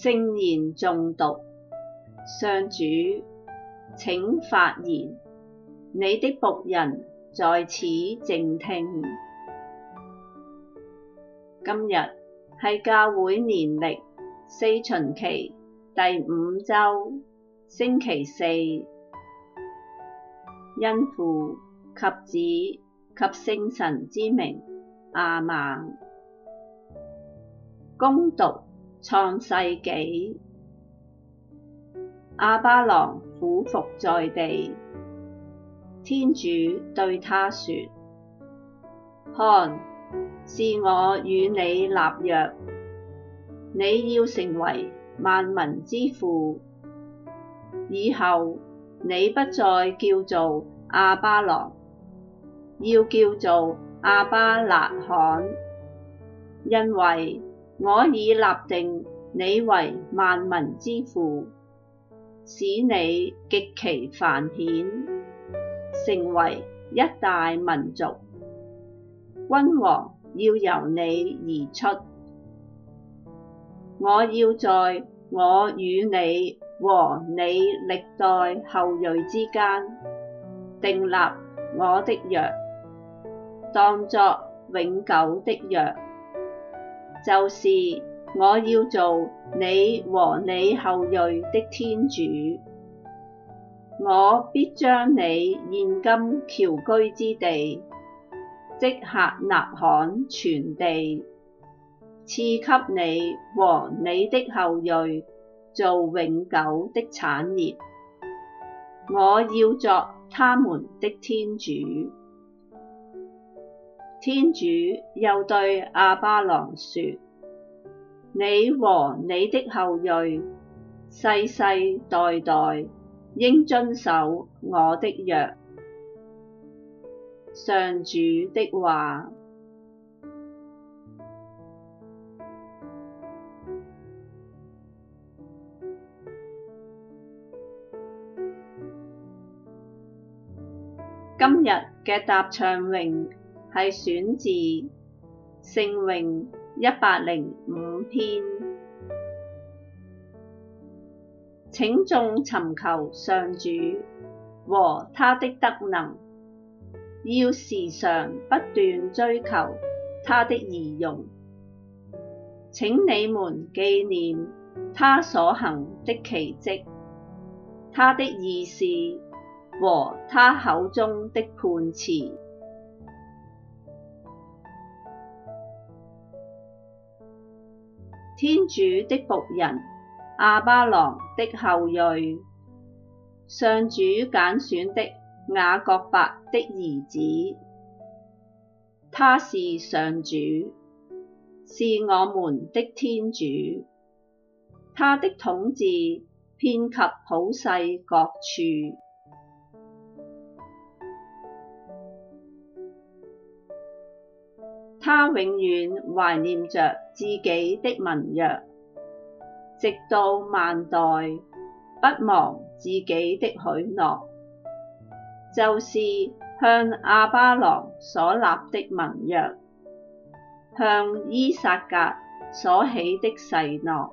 聖言誦讀。上主，請發言，你的僕人在此靜聽。今日係教會年曆四旬期第5週，星期四。因父及子及聖神之名，阿們。恭讀創世紀。亞巴郎俯伏在地，天主對他說：看，是我與你立約，你要成為萬民之父。以後你不再叫做亞巴郎，要叫做亞巴辣罕，因為我已立定你為萬民之父，使你極其繁衍，成為一大民族。君王要由你而出。我要在我與你和你歷代後裔之間訂立我的約，當作永久的約，就是我要做你和你後裔的天主。我必將你現今僑居之地，即客納罕全地，賜給你和你的後裔做永久的產業。我要作他們的天主。天主又對亞巴郎說：你和你的後裔世世代代應遵守我的約。上主的話。今日嘅答唱詠係選自聖詠105篇。請眾尋求上主和他的德能，要時常不斷追求他的儀容。請你們紀念他所行的奇蹟，他的義事和他口中的判詞。天主的僕人亞巴郎的後裔，上主揀選的雅各伯的兒子。他是上主，是我們的天主，他的統治遍及普世各處。他永遠懷念着自己的盟約，直到萬代，不忘自己的許諾，就是向亞巴郎所立的盟約，向依撒格所起的誓諾。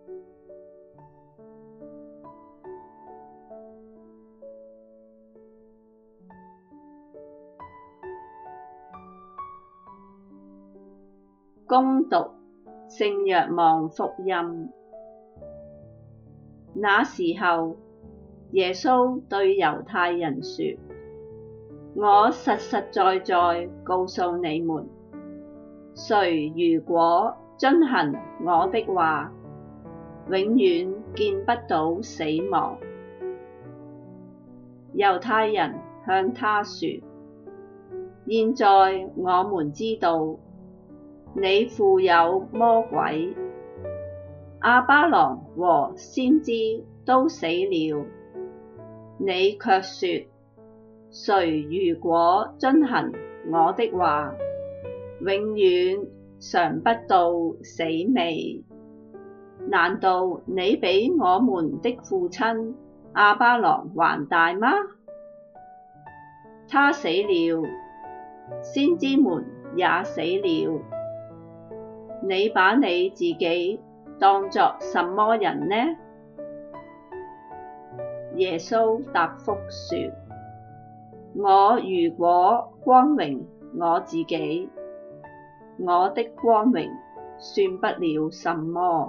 恭讀聖若望福音。那時候，耶穌對猶太人說：我實實在在告訴你們，誰如果遵行我的話，永遠見不到死亡。猶太人向他說：現在我們知道，你附有魔鬼。亞巴郎和先知都死了，你卻說，誰如果遵行我的話，永遠嘗不到死味。難道你比我們的父親亞巴郎還大嗎？他死了，先知們也死了。你把你自己當作什麼人呢？耶穌答覆說：我如果光榮我自己，我的光榮算不了什麼。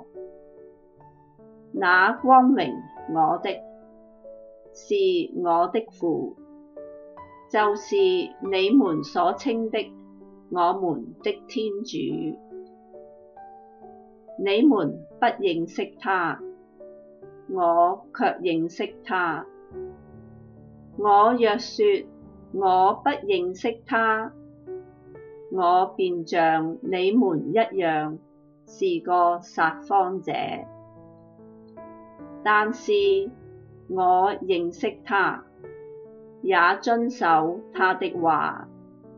那光榮我的，是我的父，就是你們所稱的我們的天主。你們不認識他，我卻認識他。我若說我不認識他，我便像你們一樣，是個撒謊者。但是我認識他，也遵守他的話。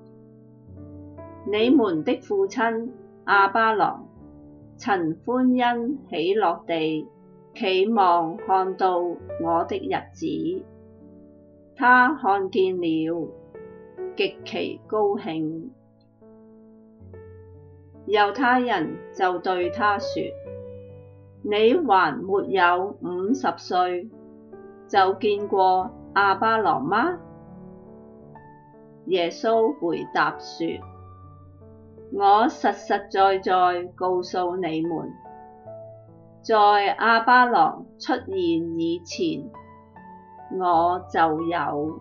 你們的父親亞巴郎曾歡欣喜樂地期望看到我的日子，他看見了，極其高興。猶太人就對他說：你還沒有50歲，就見過亞巴郎嗎？耶穌回答說：我實實在在告訴你們，在亞巴郎出現以前，我就有。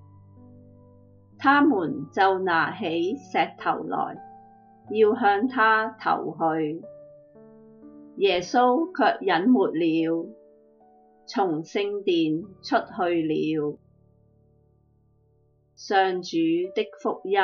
他們就拿起石頭來，要向他投去。耶穌卻隱沒了，從聖殿出去了。上主的福音。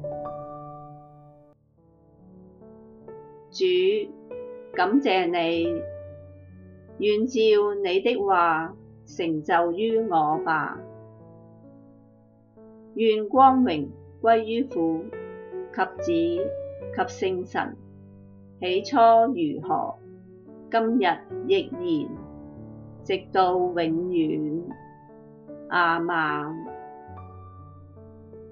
主，感謝你，願照你的話成就於我吧。願光榮歸於父及子及聖神，起初如何，今日亦然，直到永遠。阿們。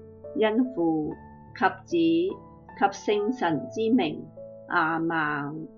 因父及子及聖神之名。阿們。